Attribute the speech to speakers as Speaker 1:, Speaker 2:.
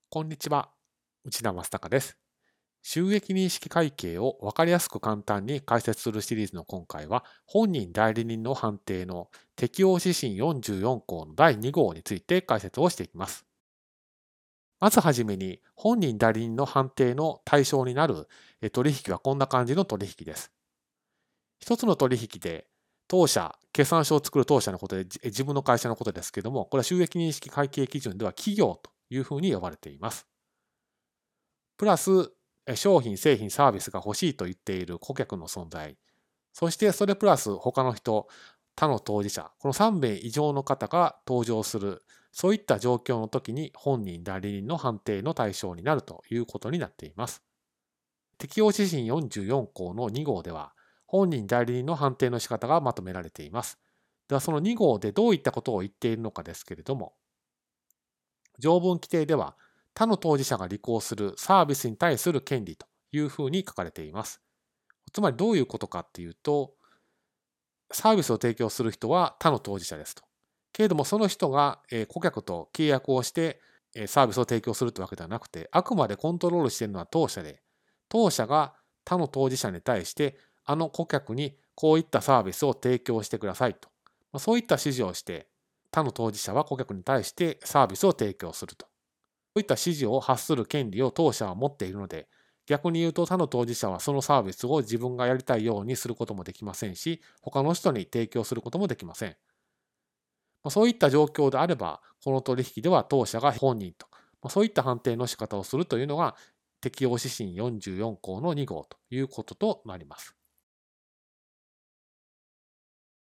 Speaker 1: こんにちは、内田正孝です。収益認識会計を分かりやすく簡単に解説するシリーズの今回は、本人代理人の判定の適用指針44項の第2号について解説をしていきます。まずはじめに、本人代理人の判定の対象になる取引はこんな感じの取引です。一つの取引で、当社、決算書を作る当社のことで、自分の会社のことですけども、これは収益認識会計基準では企業というふうに呼ばれています。プラス、商品、製品、サービスが欲しいと言っている顧客の存在。そしてそれプラス他の人、他の当事者、この3名以上の方が登場する、そういった状況の時に本人代理人の判定の対象になるということになっています。適用指針44項の2号では、本人代理人の判定の仕方がまとめられています。ではその2号でどういったことを言っているのかですけれども、条文規定では、他の当事者が履行するサービスに対する権利というふうに書かれています。つまりどういうことかっていうと、サービスを提供する人は他の当事者ですと。けれどもその人が顧客と契約をしてサービスを提供するというわけではなくて、あくまでコントロールしているのは当社で、当社が他の当事者に対して、あの顧客にこういったサービスを提供してくださいと。そういった指示をして、他の当事者は顧客に対してサービスを提供すると。そういった指示を発する権利を当社は持っているので、逆に言うと他の当事者はそのサービスを自分がやりたいようにすることもできませんし、他の人に提供することもできません。そういった状況であれば、この取引では当社が本人と、そういった判定の仕方をするというのが適用指針44項の2号ということとなります。